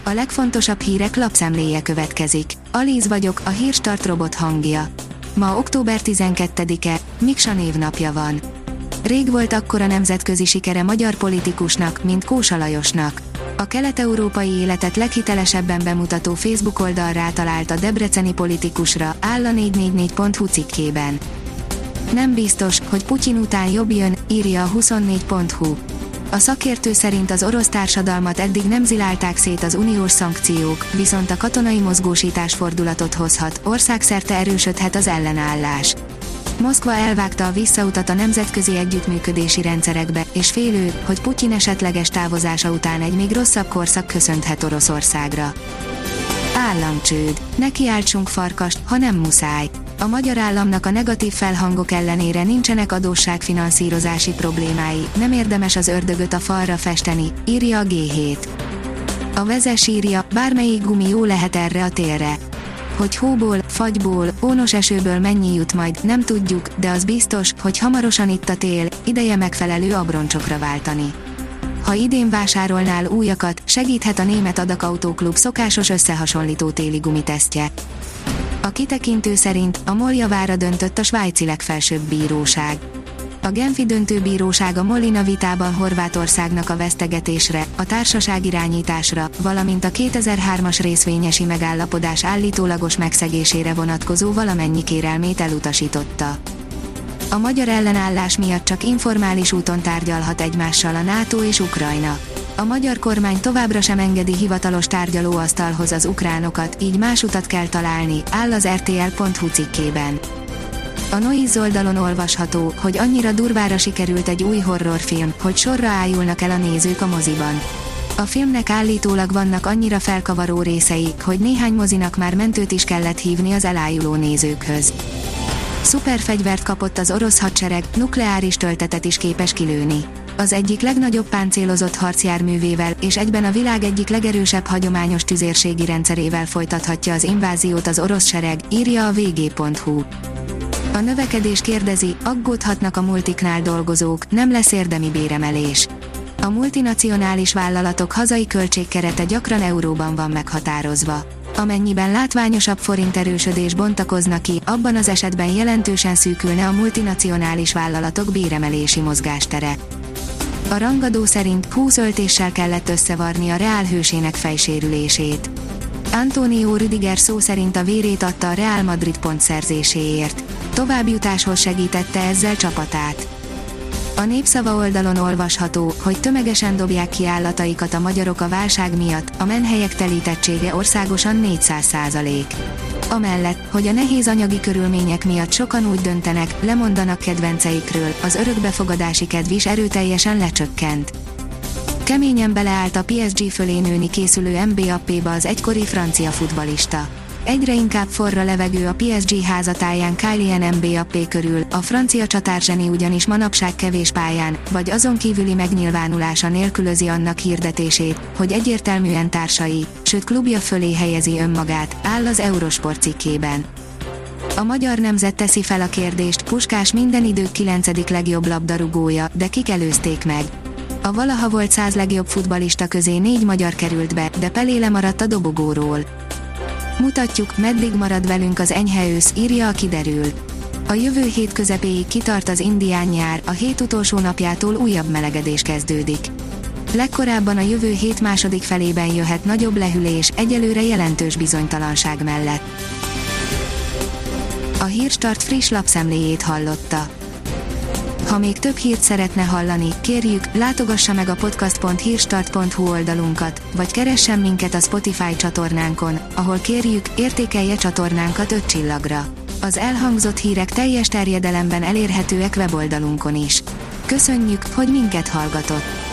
A legfontosabb hírek lapszemléje következik. Alíz vagyok, a Hírstart robot hangja. Ma október 12-e, Miksa névnapja van. Rég volt akkora nemzetközi sikere magyar politikusnak, mint Kósa Lajosnak. A kelet-európai életet leghitelesebben bemutató Facebook oldal rátalált a debreceni politikusra, áll a 444.hu cikkében. Nem biztos, hogy Putyin után jobb jön, írja a 24.hu. A szakértő szerint az orosz társadalmat eddig nem zilálták szét az uniós szankciók, viszont a katonai mozgósítás fordulatot hozhat, országszerte erősödhet az ellenállás. Moszkva elvágta a visszautat a nemzetközi együttműködési rendszerekbe, és félő, hogy Putyin esetleges távozása után egy még rosszabb korszak köszönthet Oroszországra. Államcsőd. Ne kiáltsunk farkast, ha nem muszáj. A magyar államnak a negatív felhangok ellenére nincsenek adósságfinanszírozási problémái, nem érdemes az ördögöt a falra festeni, írja a G7. A Vezes írja, bármelyik gumi jó lehet erre a télre. Hogy hóból, fagyból, ónos esőből mennyi jut majd, nem tudjuk, de az biztos, hogy hamarosan itt a tél, ideje megfelelő abroncsokra váltani. Ha idén vásárolnál újakat, segíthet a Német Adakautóklub szokásos összehasonlító téli gumitesztje. A kitekintő szerint a MOL javára döntött a svájci legfelsőbb bíróság. A Genfi döntőbíróság a Molina vitában Horvátországnak a vesztegetésre, a társaságirányításra, valamint a 2003-as részvényesi megállapodás állítólagos megszegésére vonatkozó valamennyi kérelmét elutasította. A magyar ellenállás miatt csak informális úton tárgyalhat egymással a NATO és Ukrajna. A magyar kormány továbbra sem engedi hivatalos tárgyalóasztalhoz az ukránokat, így más utat kell találni, áll az rtl.hu cikkében. A Noiz oldalon olvasható, hogy annyira durvára sikerült egy új horrorfilm, hogy sorra ájulnak el a nézők a moziban. A filmnek állítólag vannak annyira felkavaró részei, hogy néhány mozinak már mentőt is kellett hívni az elájuló nézőkhöz. Szuperfegyvert kapott az orosz hadsereg, nukleáris töltetet is képes kilőni. Az egyik legnagyobb páncélozott harcjárművével, és egyben a világ egyik legerősebb hagyományos tüzérségi rendszerével folytathatja az inváziót az orosz sereg, írja a vg.hu. A növekedés kérdezi, aggódhatnak a multiknál dolgozók, nem lesz érdemi béremelés. A multinacionális vállalatok hazai költségkerete gyakran euróban van meghatározva. Amennyiben látványosabb forinterősödés bontakozna ki, abban az esetben jelentősen szűkülne a multinacionális vállalatok béremelési mozgástere. A rangadó szerint 20 öltéssel kellett összevarni a Real hősének fejsérülését. Antonio Rüdiger szó szerint a vérét adta a Real Madrid pontszerzéséért. Továbbjutáshoz segítette ezzel csapatát. A Népszava oldalon olvasható, hogy tömegesen dobják ki állataikat a magyarok a válság miatt, a menhelyek telítettsége országosan 400%. Amellett, hogy a nehéz anyagi körülmények miatt sokan úgy döntenek, lemondanak kedvenceikről, az örökbefogadási kedv is erőteljesen lecsökkent. Keményen beleállt a PSG fölé nőni készülő Mbappéba az egykori francia futballista. Egyre inkább forr a levegő a PSG házatáján Kylian Mbappé körül, a francia csatárzseni ugyanis manapság kevés pályán, vagy azon kívüli megnyilvánulása nélkülözi annak hirdetését, hogy egyértelműen társai, sőt klubja fölé helyezi önmagát, áll az Eurosport cikkében. A Magyar Nemzet teszi fel a kérdést, Puskás minden idők 9. legjobb labdarúgója, de kik előzték meg? A valaha volt 100 legjobb futballista közé 4 magyar került be, de Pelé lemaradt a dobogóról. Mutatjuk, meddig marad velünk az enyhe ősz, írja a Kiderül. A jövő hét közepéig kitart az indián nyár, a hét utolsó napjától újabb melegedés kezdődik. Legkorábban a jövő hét második felében jöhet nagyobb lehűlés, egyelőre jelentős bizonytalanság mellett. A Hírstart friss lapszemléjét hallotta. Ha még több hírt szeretne hallani, kérjük, látogassa meg a podcast.hírstart.hu oldalunkat, vagy keressen minket a Spotify csatornánkon, ahol kérjük, értékelje csatornánkat 5 csillagra. Az elhangzott hírek teljes terjedelemben elérhetőek weboldalunkon is. Köszönjük, hogy minket hallgatott!